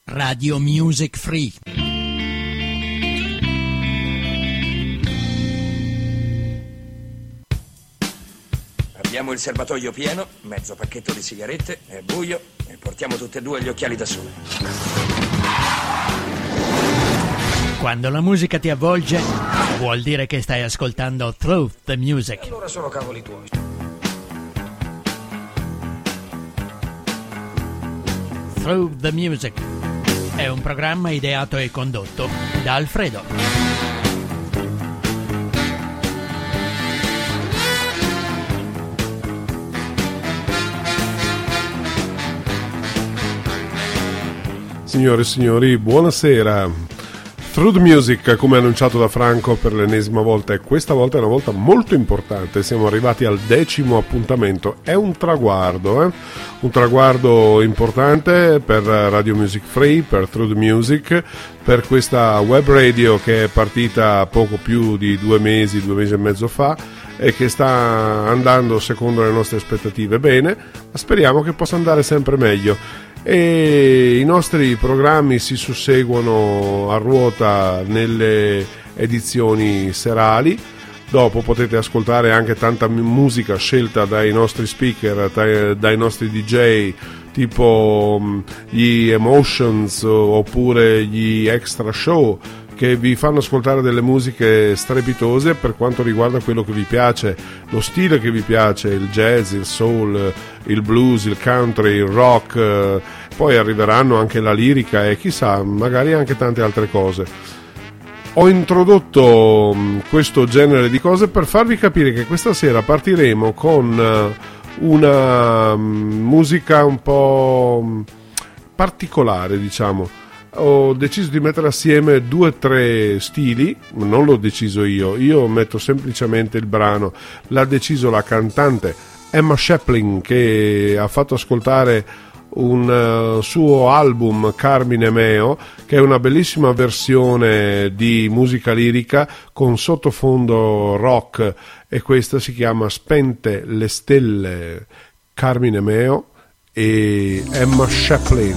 Radio Music Free. Abbiamo il serbatoio pieno, mezzo pacchetto di sigarette, è buio e portiamo tutte e due gli occhiali da sole. Quando la musica ti avvolge, vuol dire che stai ascoltando Through the Music. Allora sono cavoli tuoi. Through the Music è un programma ideato e condotto da Alfredo. Signore e signori, buonasera. Through the Music, come annunciato da Franco per l'ennesima volta, e questa volta è una volta molto importante. Siamo arrivati al 10° appuntamento. È un traguardo, un traguardo importante per Radio Music Free, per Through the Music, per questa web radio che è partita poco più di 2 mesi e mezzo fa e che sta andando secondo le nostre aspettative bene, ma speriamo che possa andare sempre meglio. E i nostri programmi si susseguono a ruota nelle edizioni serali. Dopo potete ascoltare anche tanta musica scelta dai nostri speaker, dai nostri DJ, tipo gli Emotions oppure gli Extra Show, che vi fanno ascoltare delle musiche strepitose per quanto riguarda quello che vi piace, lo stile che vi piace, il jazz, il soul, il blues, il country, il rock, poi arriveranno anche la lirica e chissà, magari anche tante altre cose. Ho introdotto questo genere di cose per farvi capire che questa sera partiremo con una musica un po' particolare, diciamo. Ho deciso di mettere assieme 2 o 3 stili, non l'ho deciso io metto semplicemente il brano, l'ha deciso la cantante Emma Chaplin, che ha fatto ascoltare un suo album Carmine Meo, che è una bellissima versione di musica lirica con sottofondo rock, e questa si chiama Spente le stelle, Carmine Meo e Emma Chaplin.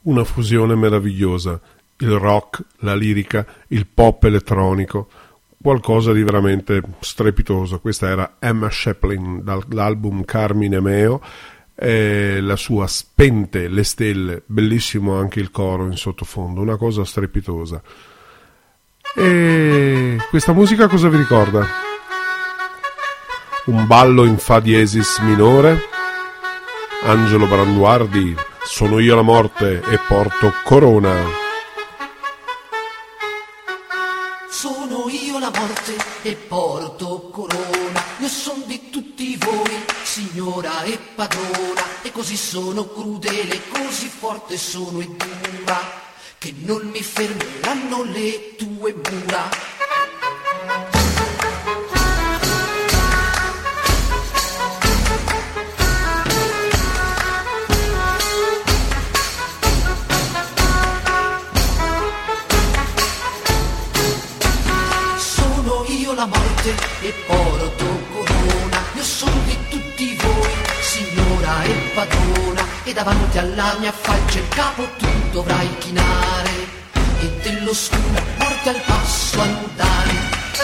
una fusione meravigliosa, il rock, la lirica, il pop elettronico, qualcosa di veramente strepitoso. Questa era Emma Chaplin dall'album Carmine Meo, la sua Spente le stelle, bellissimo anche il coro in sottofondo, una cosa strepitosa. E questa musica cosa vi ricorda? Un ballo in fa diesis minore, Angelo Branduardi, sono io la morte e porto corona. Sono io la morte e porto corona, io son di tutti voi, signora e padrona, e così sono crudele, così forte sono e dura, che non mi fermeranno le tue mura. La morte e porto corona, io sono di tutti voi, signora e padrona, e davanti alla mia faccia il capo tu dovrai chinare, e dell'oscura morte al passo andare.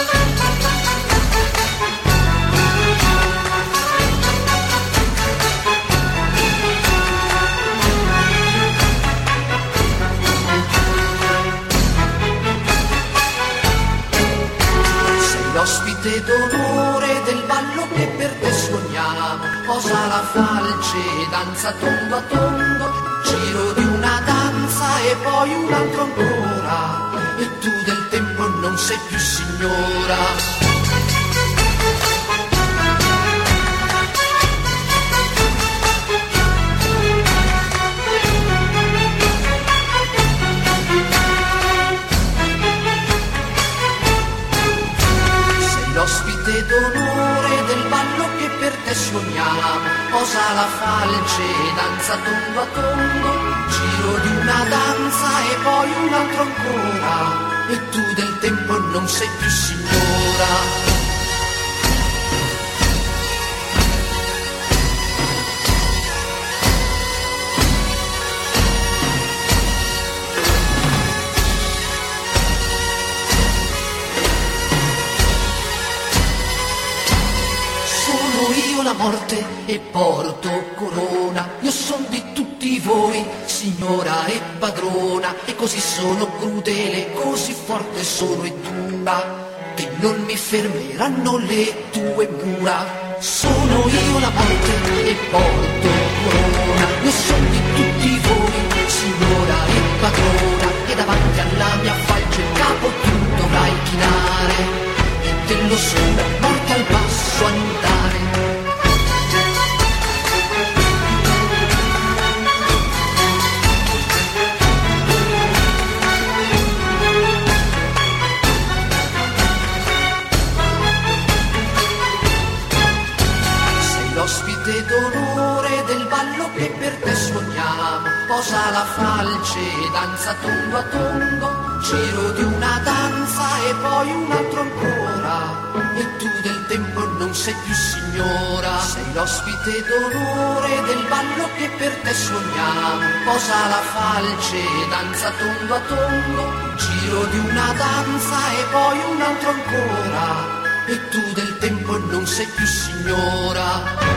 L'ospite d'onore del ballo che per te suoniamo, posa la falce, danza tondo a tondo, giro di una danza e poi un altro ancora, e tu del tempo non sei più signora. L'ospite d'onore del ballo che per te suoniamo, posa la falce, danza tondo a tondo, giro di una danza e poi un altro ancora, e tu del tempo non sei più signora. La morte e porto corona, io son di tutti voi, signora e padrona, e così sono crudele, così forte sono e dura, che non mi fermeranno le tue mura. Sono io la morte e porto corona, io son di tutti voi, signora e padrona, e davanti alla mia falce il capo tu dovrai chinare, e dell'oscura morte al passo andare. L'ospite d'onore del ballo che per te suoniamo, posa la falce, danza tondo a tondo, giro di una danza e poi un altro ancora, e tu del tempo non sei più signora. Sei l'ospite d'onore del ballo che per te suoniamo, posa la falce, danza tondo a tondo, giro di una danza e poi un altro ancora, e tu del tempo non sei più signora.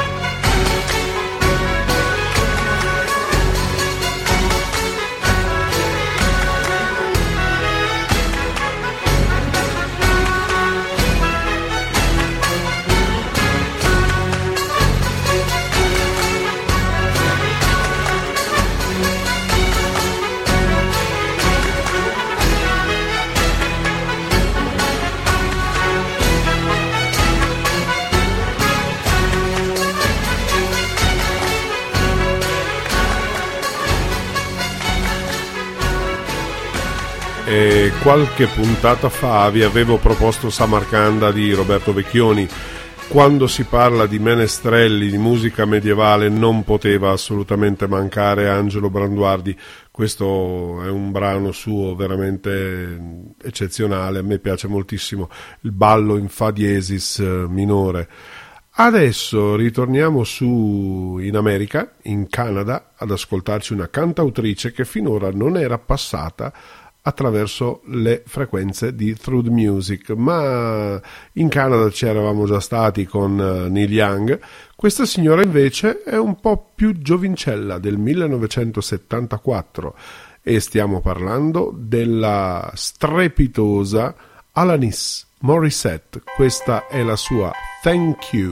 E qualche puntata fa vi avevo proposto Samarcanda di Roberto Vecchioni. Quando si parla di menestrelli, di musica medievale, non poteva assolutamente mancare Angelo Branduardi. Questo è un brano suo veramente eccezionale, a me piace moltissimo, il ballo in fa diesis minore. Adesso ritorniamo in America, in Canada, ad ascoltarci una cantautrice che finora non era passata attraverso le frequenze di Through the Music, ma in Canada ci eravamo già stati con Neil Young. Questa signora invece è un po' più giovincella, del 1974, e stiamo parlando della strepitosa Alanis Morissette. Questa è la sua Thank You.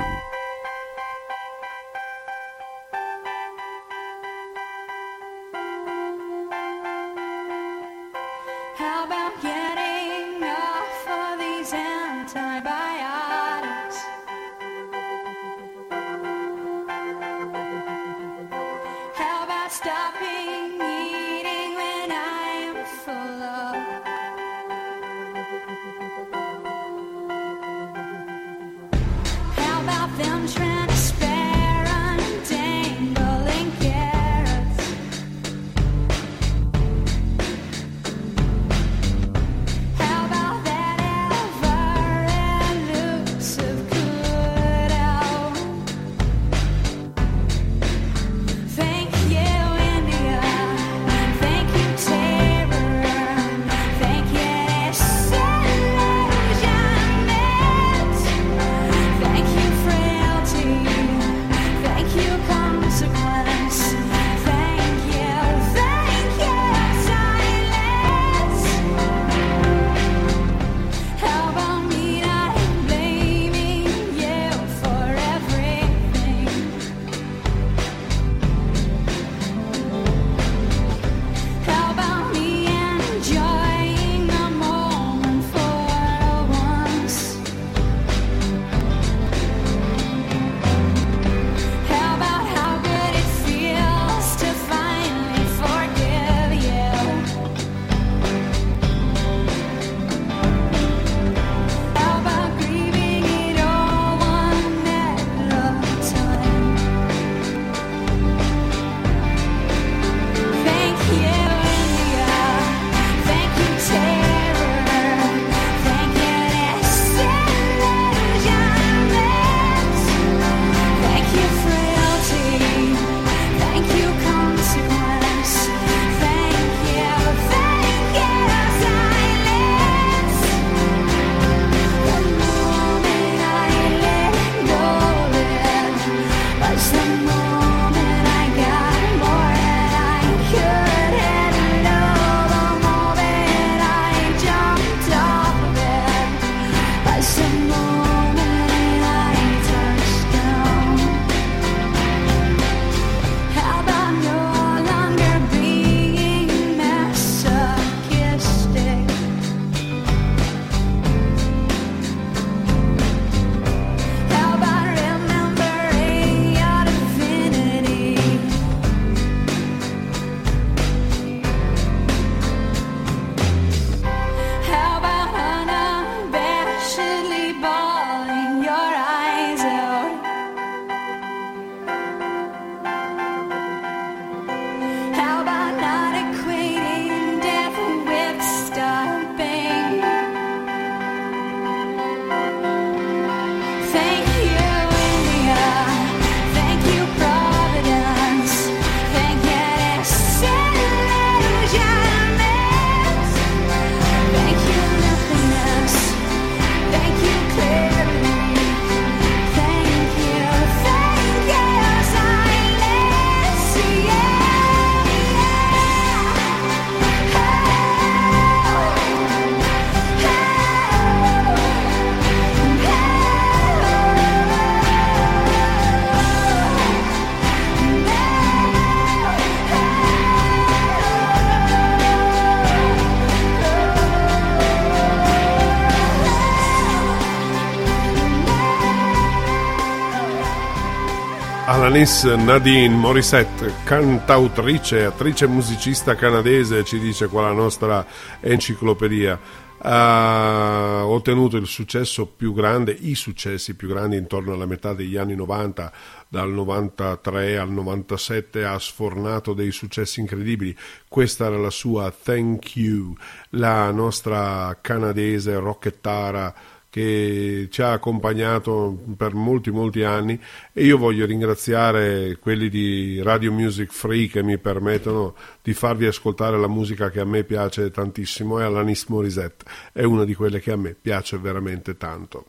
How about getting off of these antibiotics? How about stopping eating when I'm full of? How about them trying to spare untangling carrots? How about that ever elusive good-out? Thank you, India. Thank you, terror. Thank you, disillusionment. Thank you, frailty. Thank you, consequence. Thank you, silence. How about me not blaming you for everything? How about me enjoying the moment for once? How about how good it feels to finally forgive you? How about grieving it all one at a time? Thank you, India. Thank you, terror. Thank you, disillusionment. Thank you, frailty. Thank you, consequence. Thank you, silence. The moment I let go was the moment I got more than I could handle. The moment I jumped off it was the moment I touched down. How about no longer being masochistic? How about remembering your divinity? How about unabashedly bawling your eyes out? How about not equating death with stopping? Thank you, India. Thank you, Providence. Thank you, disillusionment. Thank you, nothingness. Thank you, clarity. Thank you, silence. Alanis Nadine Morissette, cantautrice, attrice e musicista canadese, ci dice qua la nostra enciclopedia. Ha ottenuto il successo più grande, i successi più grandi intorno alla metà degli anni 90, dal 93 al 97 ha sfornato dei successi incredibili. Questa era la sua Thank You, la nostra canadese rockettara che ci ha accompagnato per molti anni, e io voglio ringraziare quelli di Radio Music Free che mi permettono di farvi ascoltare la musica che a me piace tantissimo, e Alanis Morissette è una di quelle che a me piace veramente tanto.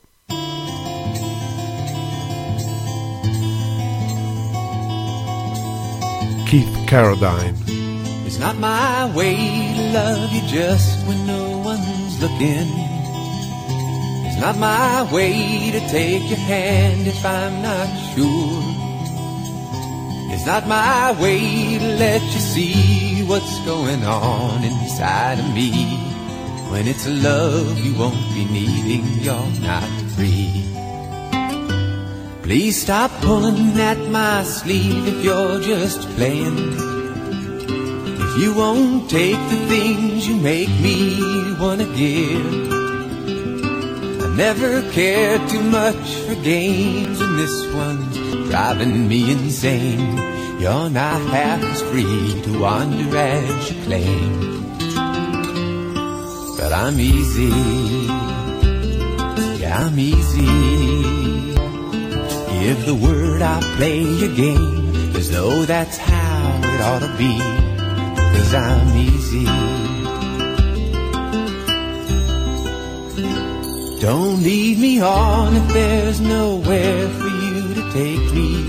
Keith Carradine. It's not my way to love you just when no one's looking. It's not my way to take your hand if I'm not sure. It's not my way to let you see what's going on inside of me. When it's love you won't be needing, you're not free. Please stop pulling at my sleeve if you're just playing. If you won't take the things you make me wanna give. I never cared too much for games, and this one's driving me insane. You're not half as free to wander as you claim. But I'm easy, yeah, I'm easy. Give the word, I'll play your game as though that's how it ought to be. 'Cause I'm easy. Don't lead me on if there's nowhere for you to take me.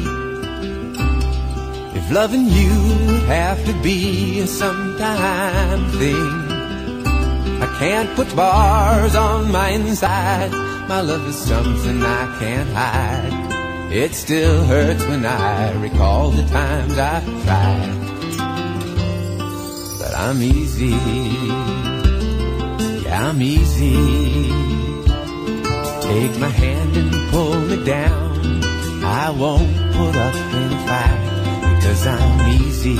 If loving you would have to be a sometime thing, I can't put bars on my inside. My love is something I can't hide. It still hurts when I recall the times I've tried. But I'm easy, yeah, I'm easy. Take my hand and pull me down. I won't put up any fight, because I'm easy.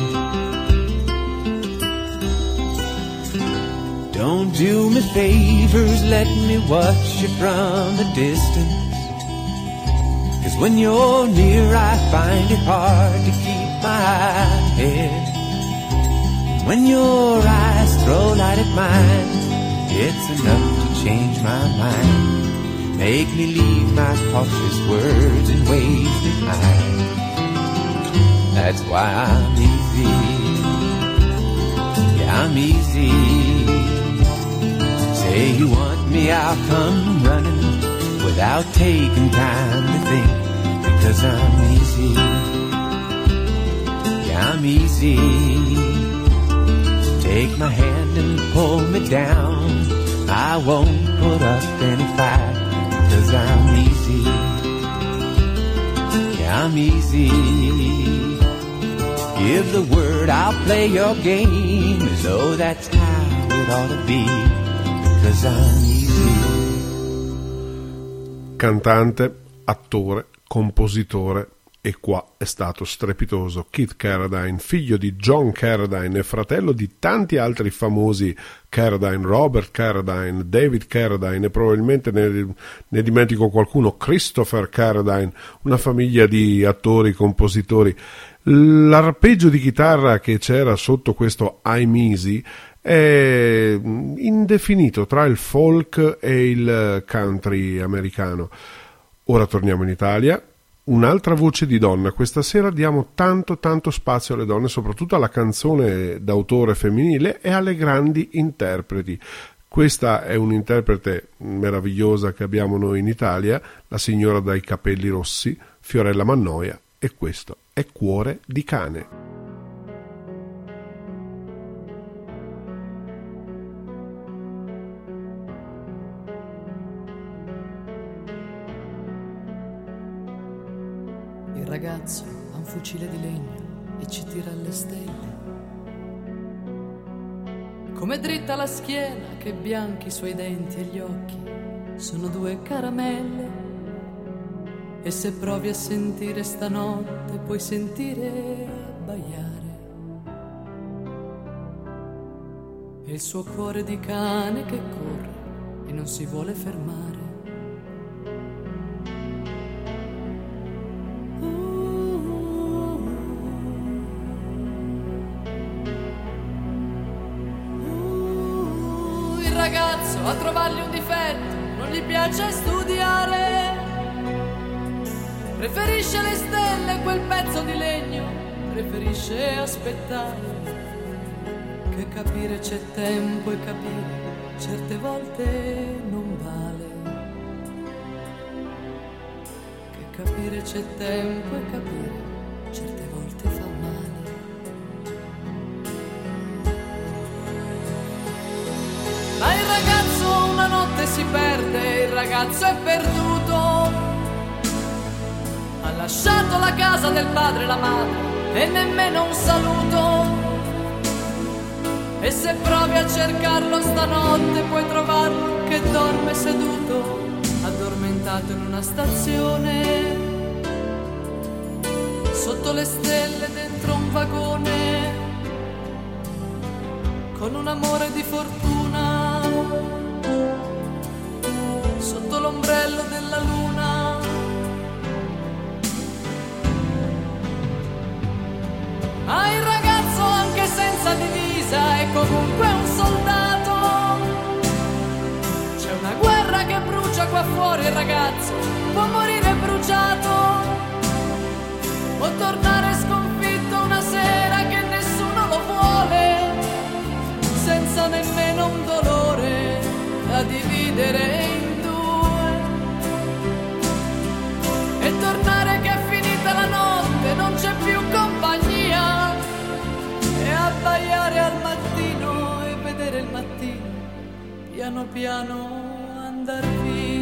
Don't do me favors, let me watch you from a distance. 'Cause when you're near I find it hard to keep my head. When your eyes throw light at mine, it's enough to change my mind. Make me leave my cautious words and ways behind. That's why I'm easy, yeah, I'm easy. Say you want me, I'll come running without taking time to think. Because I'm easy, yeah, I'm easy. Take my hand and pull me down. I won't put up any fight. Because I'm easy, yeah, I'm easy. Give the word, I'll play your game as though that's how it ought to be. Because I'm easy. Cantante, attore, compositore, e qua è stato strepitoso. Keith Carradine, figlio di John Carradine e fratello di tanti altri famosi Carradine, Robert Carradine, David Carradine, e probabilmente ne dimentico qualcuno, Christopher Carradine, una famiglia di attori, compositori. L'arpeggio di chitarra che c'era sotto questo I'm Easy è indefinito tra il folk e il country americano. Ora torniamo in Italia. Un'altra voce di donna. Questa sera diamo tanto spazio alle donne, soprattutto alla canzone d'autore femminile e alle grandi interpreti. Questa è un'interprete meravigliosa che abbiamo noi in Italia, la signora dai capelli rossi, Fiorella Mannoia, e questo è Cuore di cane. Il ragazzo ha un fucile di legno e ci tira alle stelle. Come dritta la schiena, che bianchi i suoi denti e gli occhi sono due caramelle. E se provi a sentire stanotte puoi sentire abbaiare. E il suo cuore di cane che corre e non si vuole fermare. Il ragazzo a trovargli un difetto non gli gli piace studiare, preferisce le stelle e quel pezzo di legno, preferisce aspettare. Che capire c'è tempo e capire certe volte non vale. Che capire c'è tempo e capire certe volte fa male. Ma il ragazzo una notte si perde, il ragazzo è perduto. Ha lasciato la casa del padre e la madre e nemmeno un saluto. E se provi a cercarlo stanotte puoi trovarlo che dorme seduto, addormentato in una stazione, sotto le stelle dentro un vagone, con un amore di fortuna, sotto l'ombrello della luna. Ma il ragazzo anche senza divisa è comunque un soldato. C'è una guerra che brucia qua fuori, il ragazzo può morire bruciato o tornare sconfitto una sera che nessuno lo vuole, senza nemmeno un dolore da dividere in due, e tornare che è finita la notte, non c'è più compagnia, e abbaiare al mattino e vedere il mattino piano piano andar via.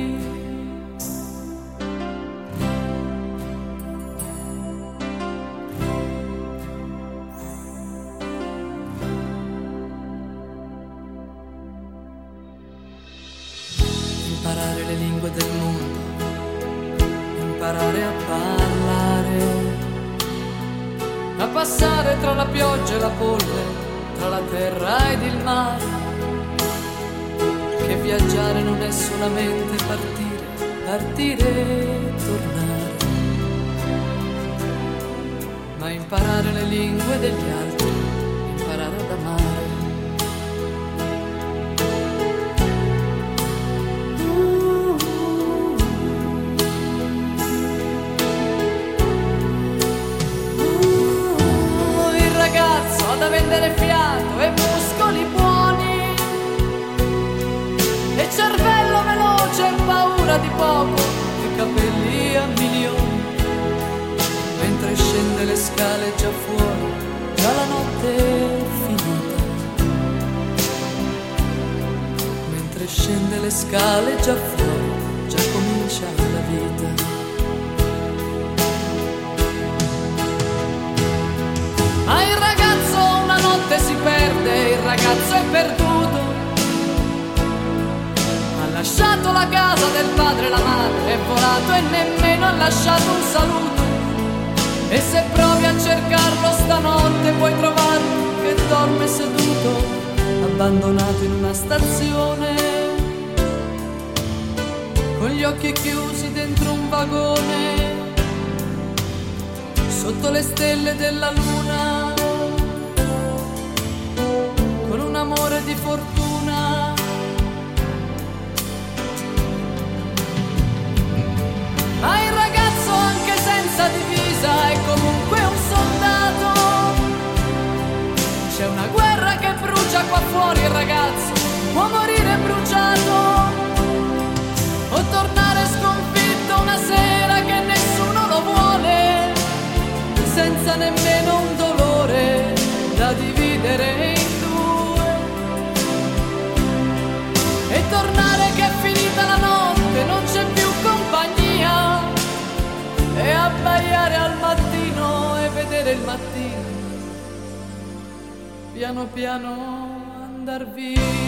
Imparare le lingue del mondo, imparare a parlare, a passare tra la pioggia e la polvere, tra la terra ed il mare. Che viaggiare non è solamente partire, partire e tornare, ma imparare le lingue degli altri, imparare ad amare. Da vendere fiato e muscoli buoni e cervello veloce e paura di poco e capelli a milioni. Mentre scende le scale già fuori, già la notte è finita. Mentre scende le scale già fuori, già comincia la vita. Ma il ragazzo una notte si perde, il ragazzo è perduto. Ha lasciato la casa del padre e la madre, è volato e nemmeno ha lasciato un saluto. E se provi a cercarlo stanotte puoi trovarlo che dorme seduto, abbandonato in una stazione, con gli occhi chiusi dentro un vagone, sotto le stelle della luna, con un amore di fortuna. Ma il ragazzo anche senza divisa è comunque un soldato. C'è una guerra che brucia qua fuori, il ragazzo può morire bruciato o tornare sconfitto una sera che nessuno lo vuole, senza nemmeno un dolore da dividere in due, e tornare che è finita la notte, non c'è più compagnia, e abbaiare al mattino e vedere il mattino piano piano andar via.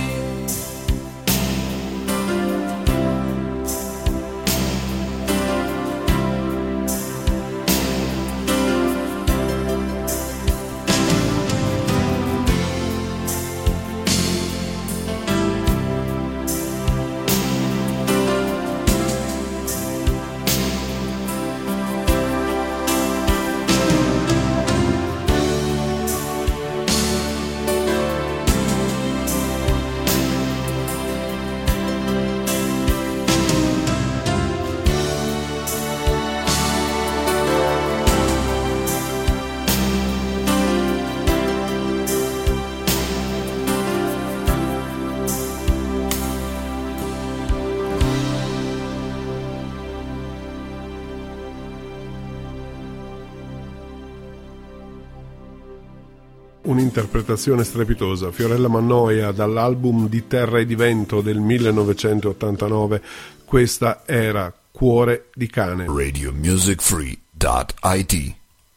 un'interpretazione strepitosa. Fiorella Mannoia dall'album Di Terra e di Vento del 1989, questa era Cuore di cane. RadioMusicFree.it.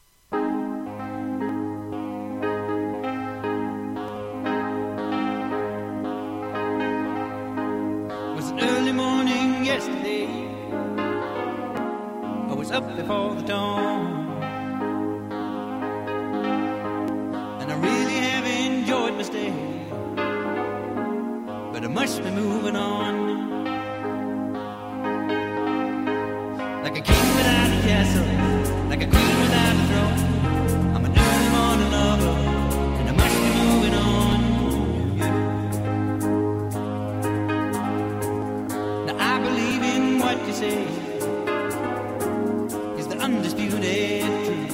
Was an early morning yesterday. I was up before the dawn, and I really have enjoyed my stay, but I must be moving on. Like a king without a castle, like a queen without a throne, I'm an early morning lover, and I must be moving on. Now I believe in what you say is the undisputed truth,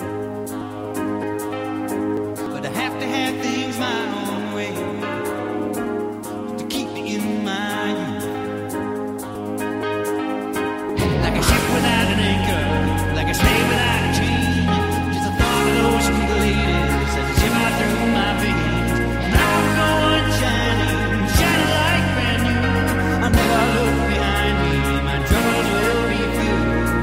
but I have to have things my own way to keep me in my youth. Like a ship without an anchor, like a slave without a chain, just a thought of those sweet ladies as they shimmer through my veins. And I will go on shining, shining like brand new. I'll never look behind me, my troubles will be few.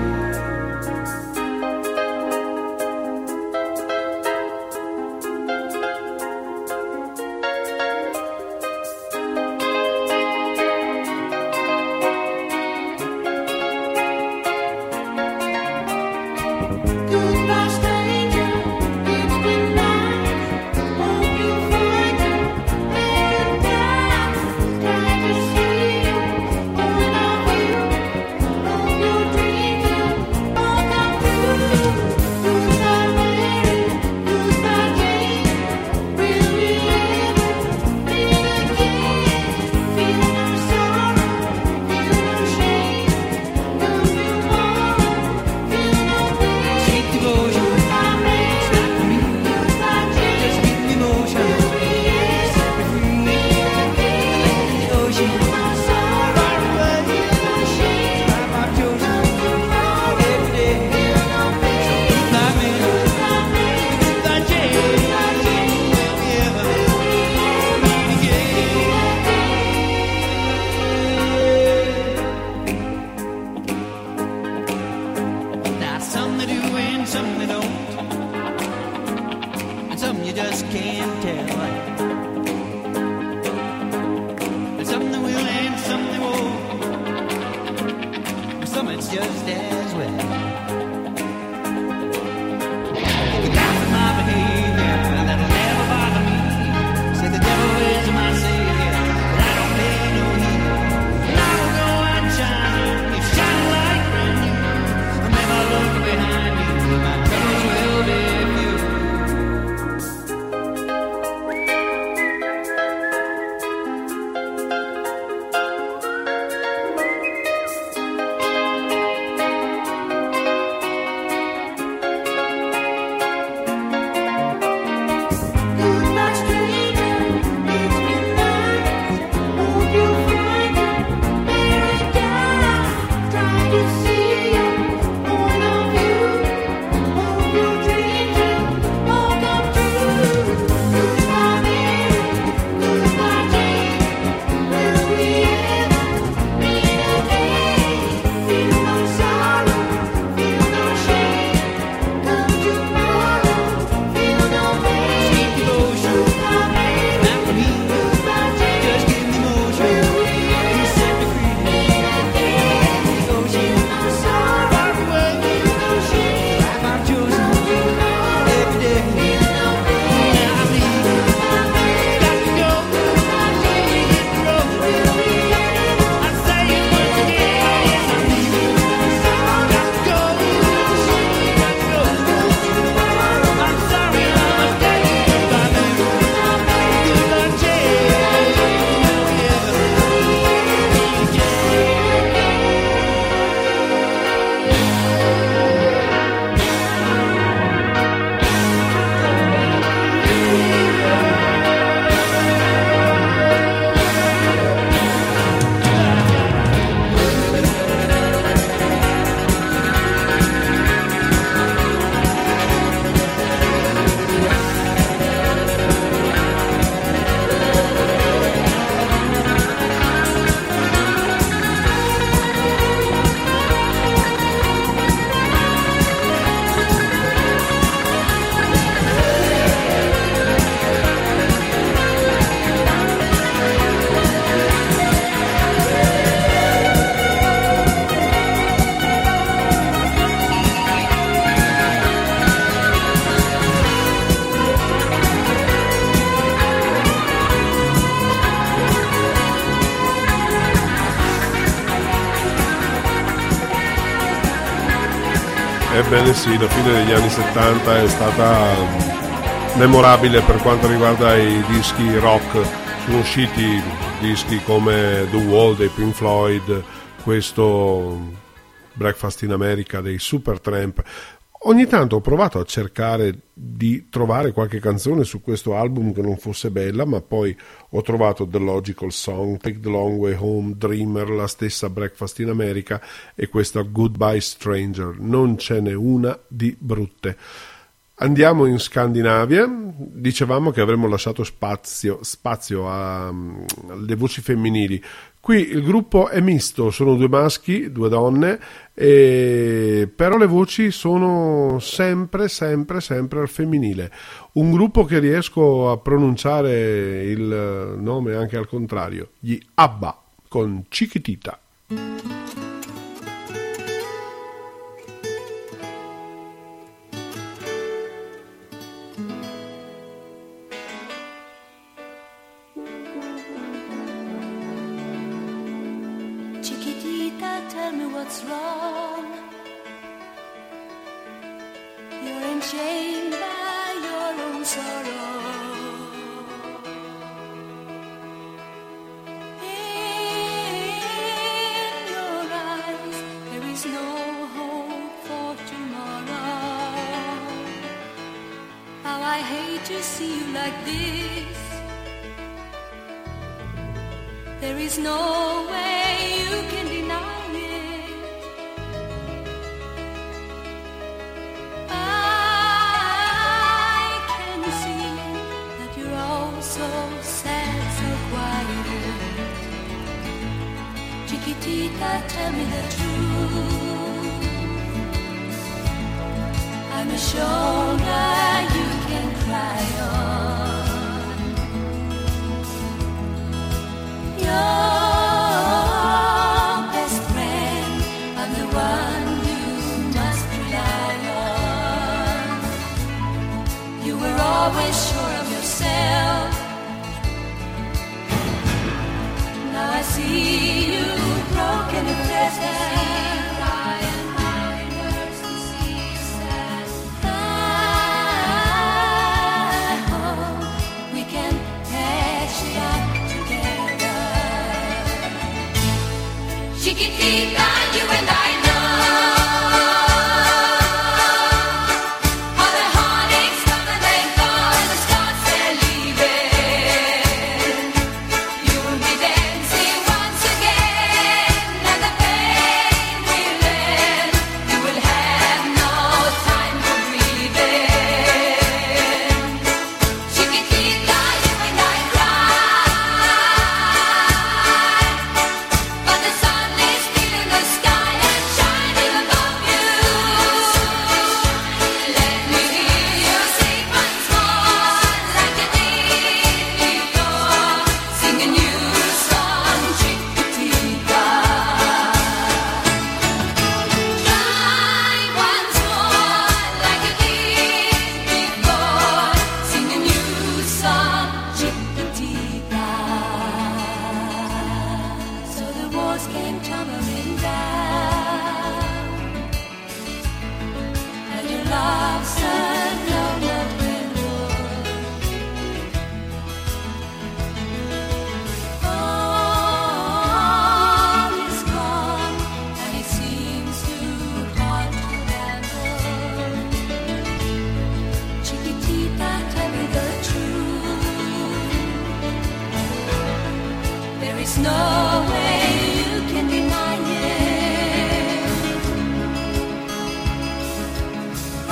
Goodbye, stranger. It's been nice. Hope you find a paradise. Try to see you all of you. Hope your dreams all come true. Goodbye, Mary. Goodbye, Jane. Will we ever meet again? Feel no sorrow, feel no shame. No tomorrow, feel no pain. Sweet devotion, Goodbye, Mary. not for me, Goodbye, Jane. just give me motion. Will we ever meet again? The ocean, No sorrow, far away, feel no shame. my heart chosen Tomorrow, every day. feel no pain. Goodbye, Mary. Goodbye, Mary. Goodbye, Jane. Will we ever meet again? Now some they do and some they don't, and some you just can't tell. And some they will and some they won't, and some it's just as well. The guys in my behavior that'll never bother me say the devil is my savior, but I don't pay no heed. And I will go on shining, keep shining like brand new. I'll never look behind me, my troubles will be few. Ebbene sì, la fine degli anni 70 è stata memorabile per quanto riguarda i dischi rock. Sono usciti dischi come The Wall dei Pink Floyd, questo Breakfast in America dei Supertramp. Ogni tanto ho provato a cercare di trovare qualche canzone su questo album che non fosse bella, ma poi ho trovato The Logical Song, Take the Long Way Home, Dreamer, la stessa Breakfast in America e questa Goodbye Stranger. Non ce n'è una di brutte. Andiamo in Scandinavia. Dicevamo che avremmo lasciato spazio alle voci femminili. Qui il gruppo è misto, sono 2 maschi, 2 donne, però le voci sono sempre al femminile. Un gruppo che riesco a pronunciare il nome anche al contrario, gli ABBA con Chiquitita. Tell me what's wrong. You're enchained by your own sorrow. In your eyes there is no hope for tomorrow. How I hate to see you like this. There is no way you can deny it. I can see that you're all so sad, so quiet. Chiquitita, tell me the truth. I'm a shoulder you can cry on. Your best friend, I'm the one you must rely on. You were always sure of yourself. Now I see you broken and blessed. Chiquitita, you and I know how the heartaches come and they go and the stars they're leaving. You'll be dancing once again and the pain will end. You will have no time for breathing. Chiquitita, you and I cry, but the sun the sky and shining above you. Let me hear you sing once more like you did before. Sing a new song, Chiquitita. Try once more like you did before. Sing a new song, Chiquitita. So the walls came tumbling down, and your love said no more railroad. All is gone, and it seems too hard to handle. Chiquitita, tell me the truth. There is no way you can deny it. I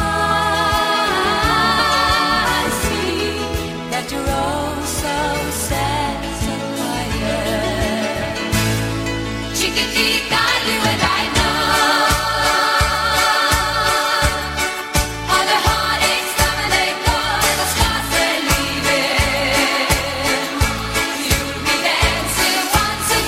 see that you're all so sad, so quiet. Chiquitita, you and I know how the heartaches come and they go and the stars they're leaving. You'll be dancing once again.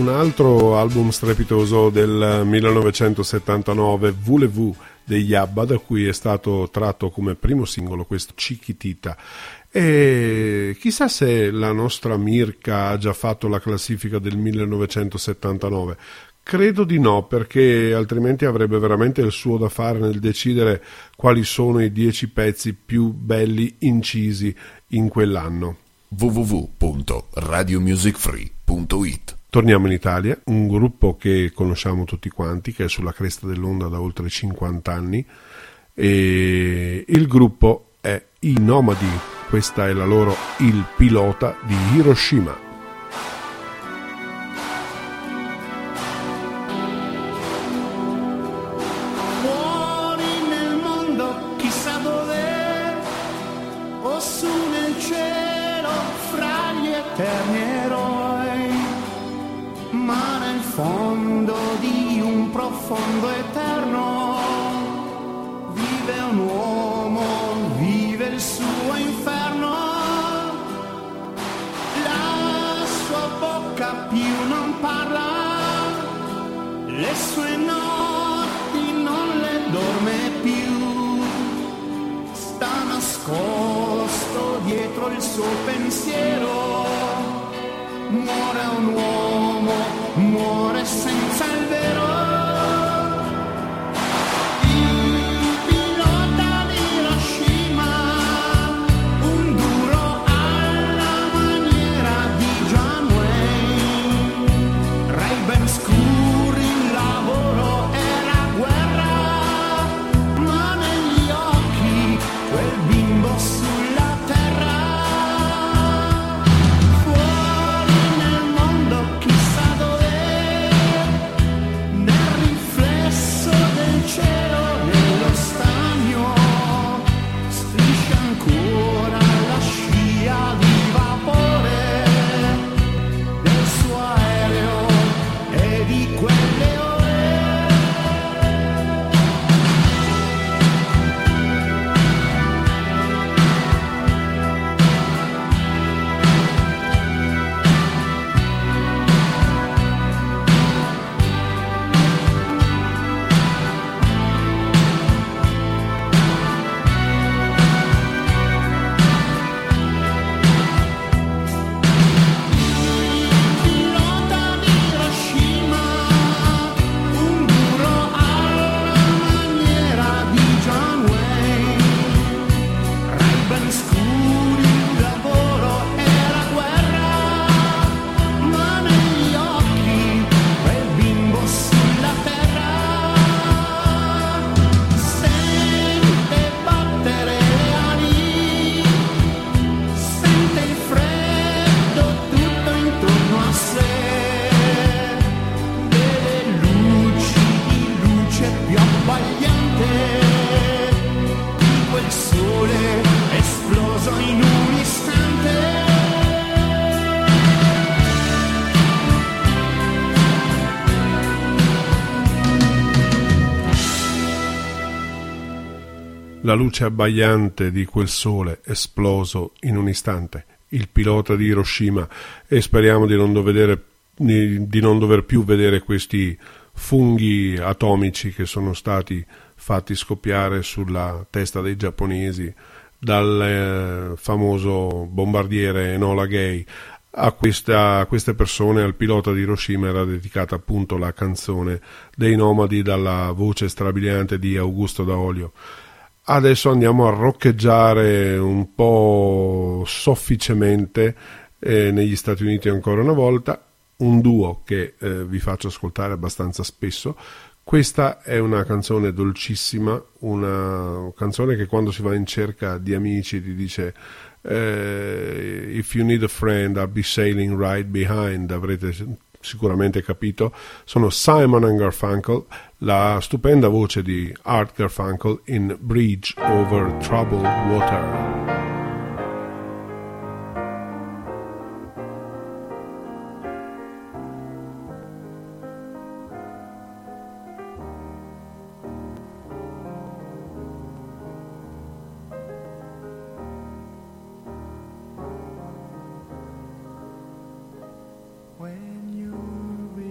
un altro album strepitoso del 1979, Voulez-vous degli ABBA, da cui è stato tratto come primo singolo questo Chiquitita. E chissà se la nostra Mirka ha già fatto la classifica del 1979. Credo di no, perché altrimenti avrebbe veramente il suo da fare nel decidere quali sono i 10 pezzi più belli incisi in quell'anno. www.radiomusicfree.it. Torniamo in Italia, un gruppo che conosciamo tutti quanti, che è sulla cresta dell'onda da oltre 50 anni, e il gruppo è i Nomadi. Questa è la loro Il pilota di Hiroshima. Fuori nel mondo, chissà dove, o su nel cielo, fra gli eterni eroi, ma nel fondo di un profondo eterno vive un uomo, vive il suo inferno. La sua bocca più non parla, le sue notti non le dorme più, sta nascosto dietro il suo pensiero. Muore un uomo, muore senza il vero. Il pilota di Hiroshima, un duro alla maniera di John Wayne, Ray-Ban scuri, il lavoro e la guerra, ma negli occhi quel bimbo sulla terra. Fuori nel mondo, chissà dove, nel riflesso del cielo, nello stagno, striscia ancora la scia di vapore del suo aereo e di quelle ore. Pilota di Hiroshima, un duro alla maniera di John Wayne, Ray-Ban scuri, il lavoro e la guerra, ma negli occhi quel bimbo sulla terra. Sente battere le ali, sente il freddo tutto intorno a sé, vede luci di luce più abbagliante di quel sole esploso in un istante. La luce abbagliante di quel sole esploso in un istante, il pilota di Hiroshima, e speriamo di non dover più vedere questi funghi atomici che sono stati fatti scoppiare sulla testa dei giapponesi dal famoso bombardiere Enola Gay. A queste persone, al pilota di Hiroshima, era dedicata appunto la canzone dei Nomadi dalla voce strabiliante di Augusto Daolio. Adesso andiamo a roccheggiare un po' sofficemente negli Stati Uniti ancora una volta, un duo che vi faccio ascoltare abbastanza spesso. Questa è una canzone dolcissima, una canzone che quando si va in cerca di amici ti dice if you need a friend I'll be sailing right behind. Avrete sicuramente capito. Sono Simon and Garfunkel, la stupenda voce di Art Garfunkel in Bridge Over Troubled Water. When you're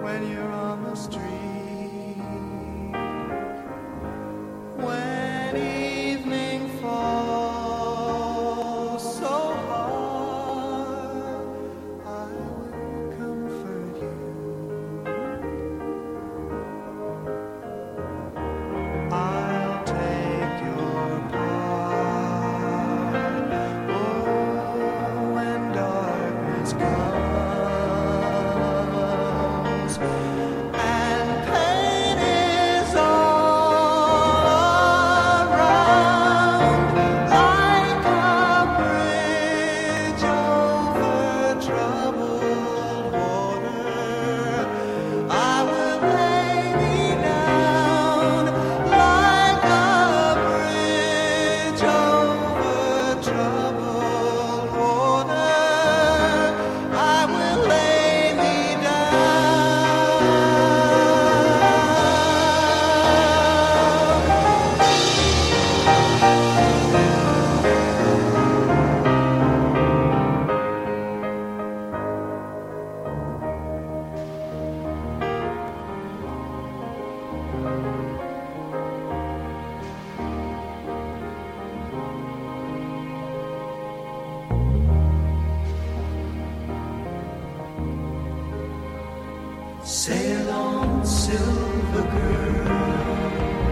when you're on the street. When evening falls so hard, I will comfort you. I'll take your part. Oh, when darkness comes and pain is all around, like a bridge over troubled water, I will lay me down. Like a bridge over troubled water, I will lay me Sail on, silver girl.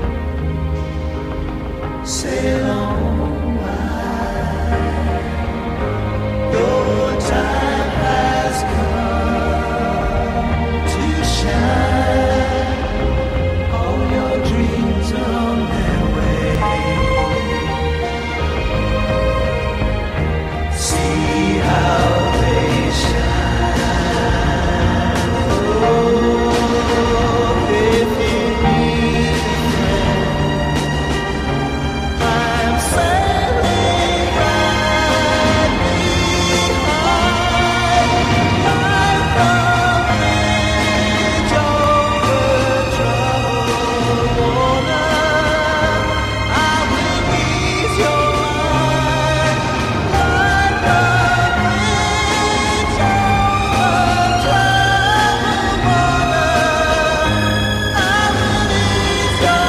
Sail on wide. Your time has come to shine. All your dreams on their way. See how they shine. If you need a friend, I'm sailing right behind. Like a bridge over troubled water, I will ease your mind. Like a bridge over troubled water, I will ease your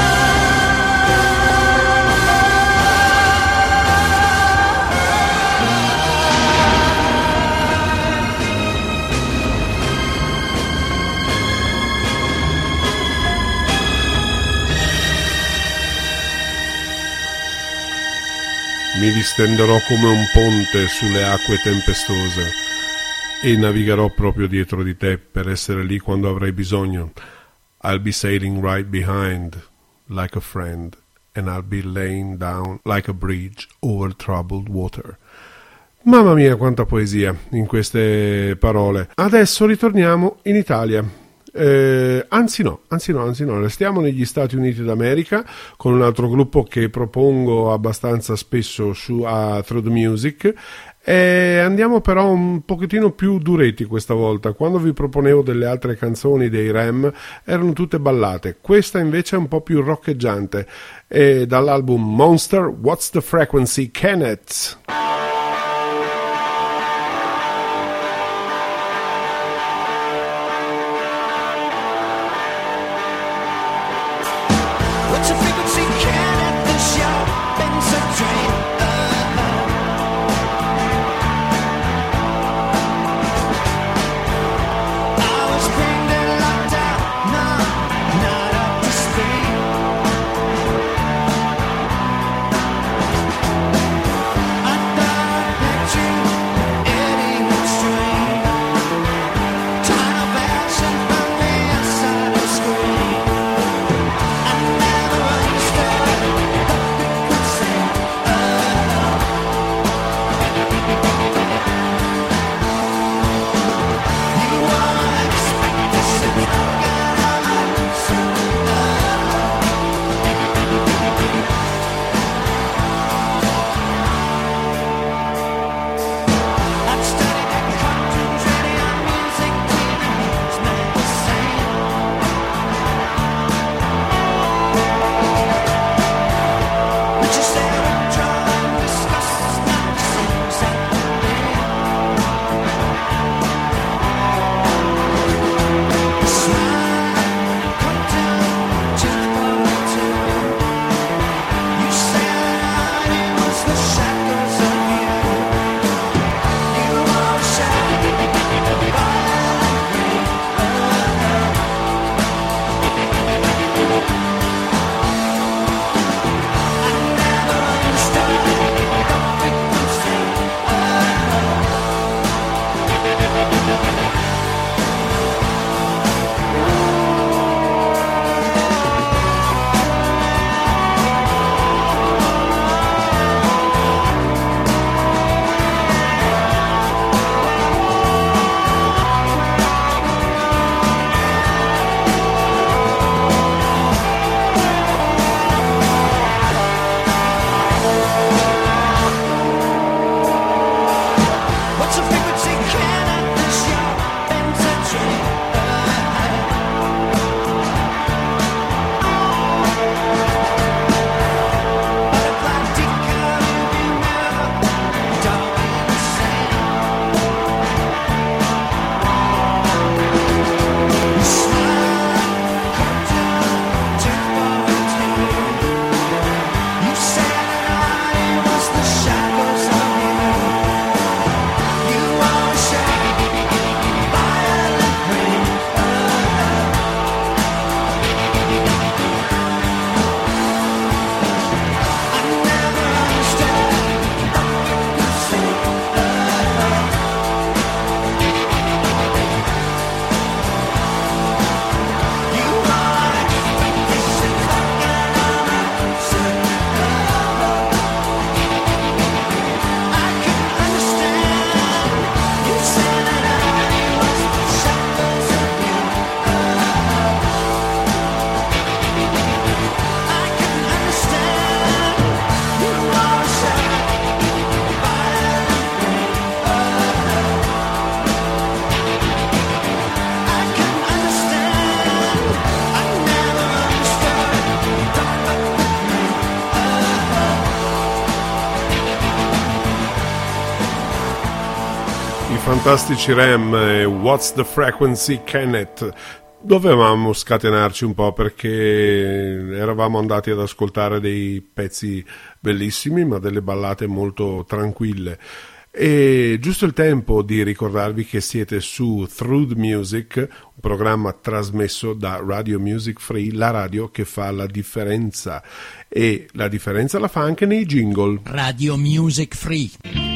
Mi distenderò come un ponte sulle acque tempestose e navigherò proprio dietro di te per essere lì quando avrai bisogno. I'll be sailing right behind, like a friend, and I'll be laying down like a bridge over troubled water. Mamma mia, quanta poesia in queste parole. Adesso ritorniamo in Italia. Anzi no, restiamo negli Stati Uniti d'America con un altro gruppo che propongo abbastanza spesso a Through the Music, e andiamo però un pochettino più duretti questa volta. Quando vi proponevo delle altre canzoni dei Rem erano tutte ballate, questa invece è un po' più roccheggiante, e dall'album Monster, What's the Frequency, Kenneth. What's your frequency, Kenneth? The shopping's a dream. I was pinned and locked out, no, not up to speed. I fantastici Rem e What's the Frequency Kenneth. Dovevamo scatenarci un po' perché eravamo andati ad ascoltare dei pezzi bellissimi ma delle ballate molto tranquille. E giusto il tempo di ricordarvi che siete su Through the Music, un programma trasmesso da Radio Music Free, la radio che fa la differenza, e la differenza la fa anche nei jingle. Radio Music Free.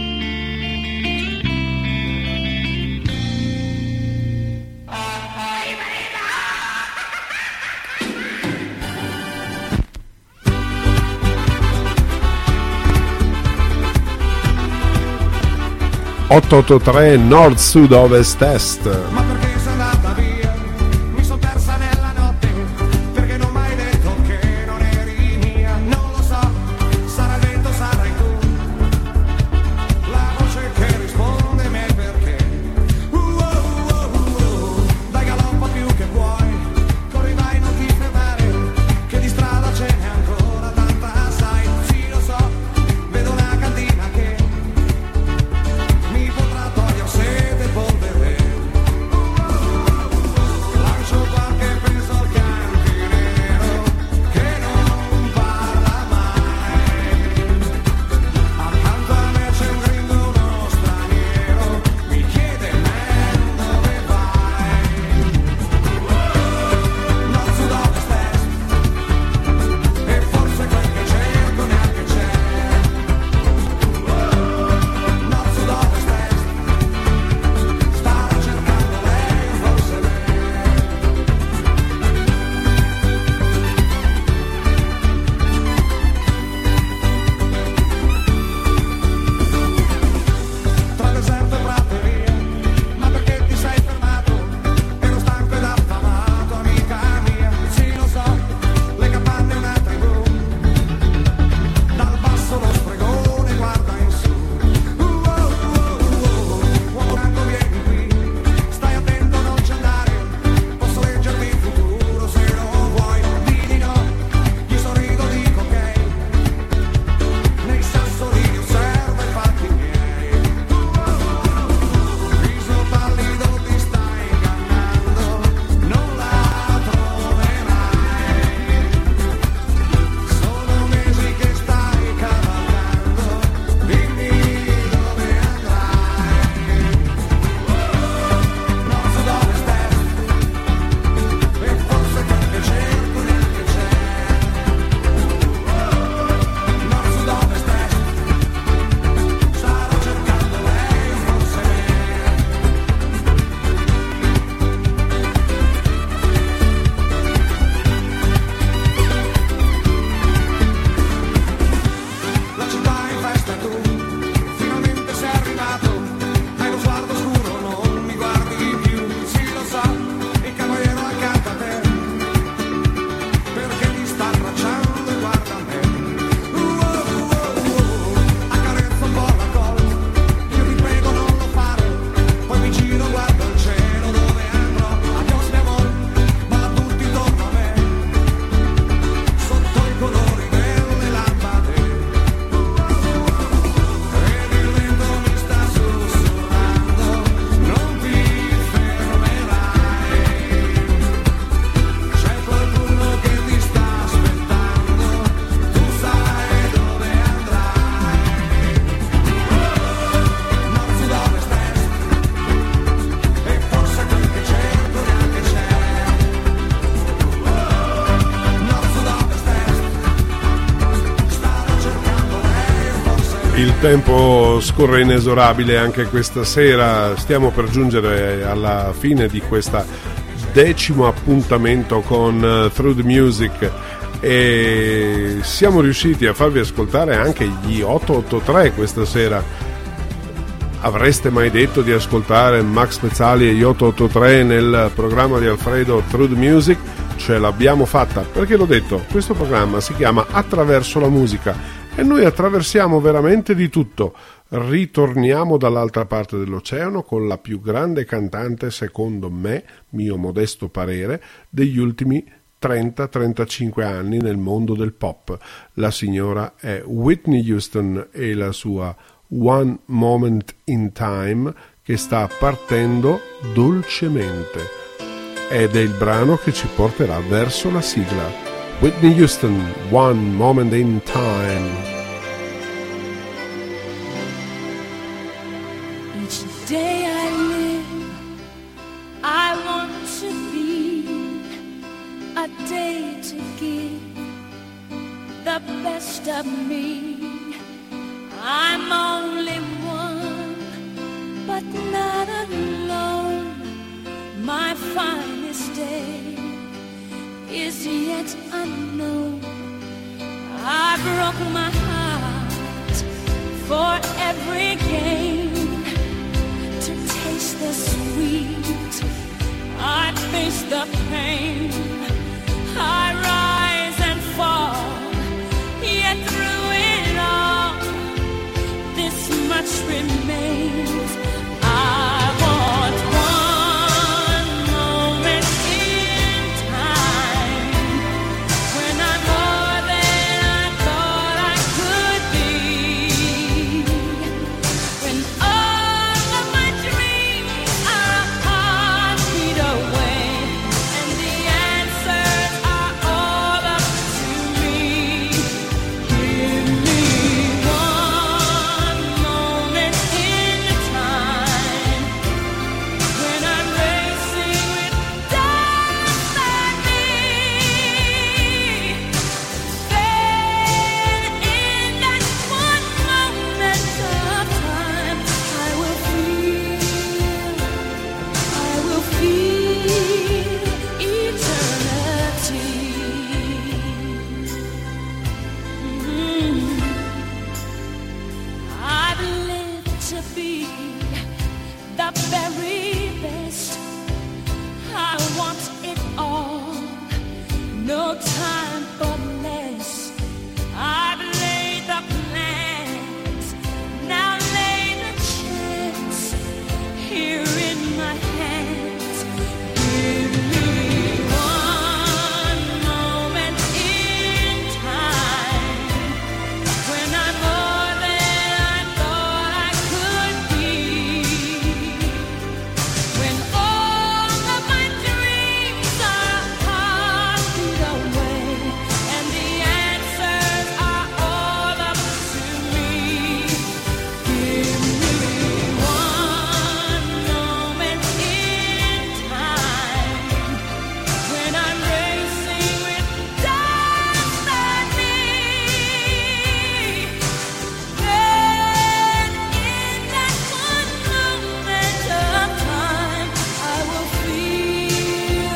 (883) Nord Sud Ovest Est. Ma perché sei andata via? Mi son persa nella notte. Perché non m'hai detto che non eri mia? Non lo so, sarà il vento, sarai tu. La voce che risponde me perché. Dai galoppa più che puoi. Corri vai, non ti fermare. Che di strada ce n'è ancora tanta, sai. Sì, lo so, vedo una cantina che mi potrà togliere sete e polvere. Lancio qualche peso al cantinero che non parla mai. Accanto a me c'è un gringo, uno straniero, mi chiede dove vai. Nord, sud, ovest, est, e forse quel che cerco neanche c'è. Nord, sud, ovest, est, starà cercando lei, forse me. Tra deserto e prateria, ma perché ti sei fermato? Ero stanco ed affamato, amica mia. Sì, lo so, le capanne una tribù. Dal basso lo stregone guarda in su. Uomo bianco vieni qui, stai attento non ci andare. Posso leggerti il futuro se non vuoi. Di no, gli sorrido, dico ok. Nei sassolini osserva i fatti miei. Viso pallido ti stai ingannando, non la troverai. Sono mesi che stai cavalcando, dimmi dove andrai. Nord, sud, ovest, est, e forse quel che cerco neanche c'è. Nord, sud, ovest, est, starò cercando lei, forse me. La città è in festa e tu finalmente sei arrivato. Hai lo sguardo scuro, non mi guardi più. Sì, lo so, il cavaliere accanto a te, perché ti sta abbracciando e guarda me. Accarezzo un po' la colla, io ti prego non lo fare. Poi mi giro, guardo il cielo dove andrò. Adios mio amore, ma tutti intorno a me, sotto i colori delle lampade. Ed il vento mi sta sussurrando, non ti fermerai. C'è qualcuno che ti sta aspettando, tu sai dove andrai. Nord, sud, ovest, est, e forse quel che cerco neanche c'è. Nord, sud, ovest, est, starò cercando lei, forse me. Il tempo scorre inesorabile anche questa sera, stiamo per giungere alla fine di questo 10° appuntamento con Through the Music e siamo riusciti a farvi ascoltare anche gli 883 questa sera. Avreste mai detto di ascoltare Max Pezzali e gli 883 nel programma di Alfredo Through the Music? Ce l'abbiamo fatta, perché l'ho detto, questo programma si chiama Attraverso la musica e noi attraversiamo veramente di tutto. Ritorniamo dall'altra parte dell'oceano con la più grande cantante, secondo me, mio modesto parere, degli ultimi 30-35 anni nel mondo del pop. La signora è Whitney Houston e la sua One Moment in Time, che sta partendo dolcemente ed è il brano che ci porterà verso la sigla. Whitney Houston, One Moment in Time. Each day I live, I want to be a day to give the best of me. I'm only one, but not alone. My finest day is yet unknown. I broke my heart for every game to taste the sweet. I face the pain. I rise and fall, yet through it all, this much remains. I want one moment in time when I'm more than I thought I could be, when all of my dreams are a heartbeat away, and the answers are all up to me. Give me one moment in time when I'm racing with destiny. Then in that one moment of time, I will feel eternity. I've lived to be the very best. I want it all, no time for less. I've laid the plans, now lay the chance here in my hands. Give me one moment in time when I'm more than I thought I could be, when all of my dreams are a heartbeat away, and the answers are all up to me. Give me one moment in time when I'm racing with destiny. Then in that one moment of time, I will feel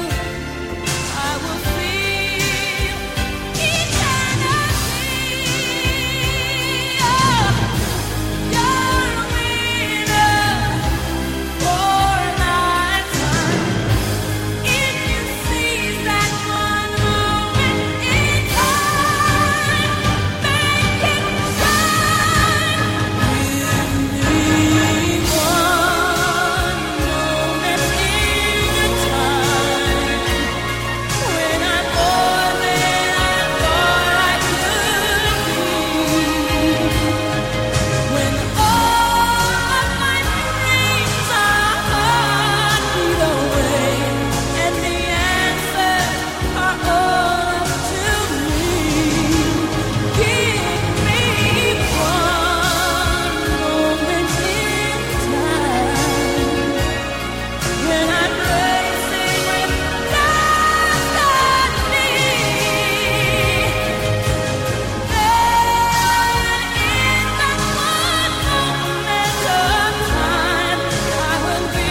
eternity. Oh, you're a winner for a lifetime. If you seize that one moment in time, make it shine. Give me one moment in time when I'm more than I thought I could be, when all of my dreams are a heartbeat away, and the answers are all up to me. Give me one moment in time when I'm racing with destiny. Then in that one moment of time, I will be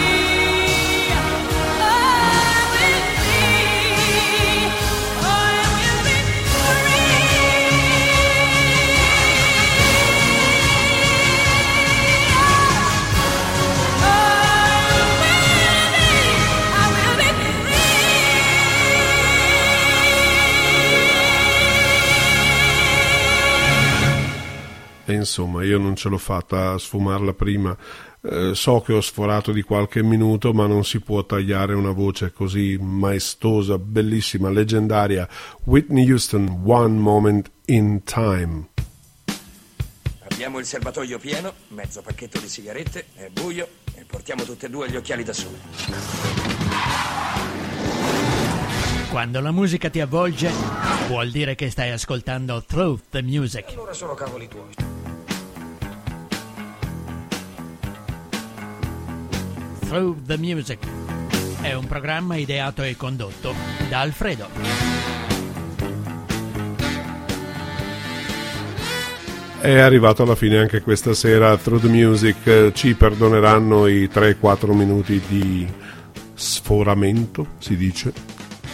E insomma, io non ce l'ho fatta a sfumarla prima. So che ho sforato di qualche minuto, ma non si può tagliare una voce così maestosa, bellissima, leggendaria. Whitney Houston, One Moment in Time. Abbiamo il serbatoio pieno, mezzo pacchetto di sigarette, è buio e portiamo tutte e due gli occhiali da sole. Quando la musica ti avvolge, vuol dire che stai ascoltando Through the Music. Allora sono cavoli tuoi. Through the Music è un programma ideato e condotto da Alfredo. È arrivato alla fine anche questa sera Through the Music. Ci perdoneranno i 3-4 minuti di sforamento, si dice.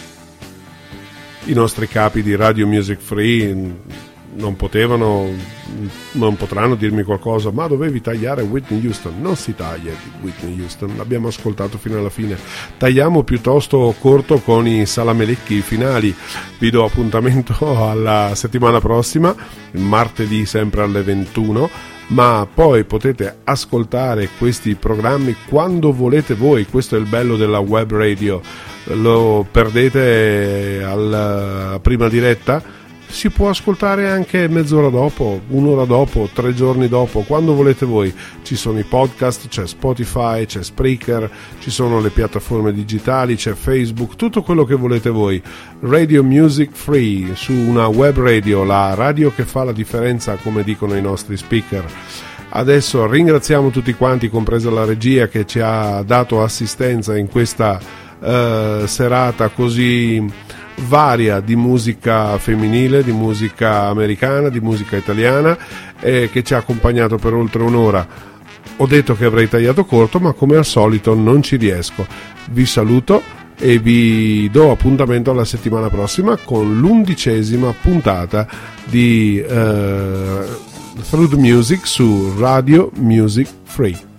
I nostri capi di Radio Music Free non potranno dirmi qualcosa, ma dovevi tagliare Whitney Houston. Non si taglia Whitney Houston, l'abbiamo ascoltato fino alla fine. Tagliamo piuttosto corto con i salamelecchi finali. Vi do appuntamento alla settimana prossima, martedì sempre alle 21, ma poi potete ascoltare questi programmi quando volete voi. Questo è il bello della web radio. Lo perdete alla prima diretta, si può ascoltare anche mezz'ora dopo, un'ora dopo, 3 giorni dopo, quando volete voi. Ci sono i podcast, c'è Spotify, c'è Spreaker, ci sono le piattaforme digitali, c'è Facebook, tutto quello che volete voi. Radio Music Free su una web radio, la radio che fa la differenza, come dicono i nostri speaker. Adesso ringraziamo tutti quanti, compresa la regia che ci ha dato assistenza in questa serata così varia di musica femminile, di musica americana, di musica italiana, che ci ha accompagnato per oltre un'ora. Ho detto che avrei tagliato corto, ma come al solito non ci riesco. Vi saluto e vi do appuntamento alla settimana prossima con l'11ª puntata di Through the Music su Radio Music Free.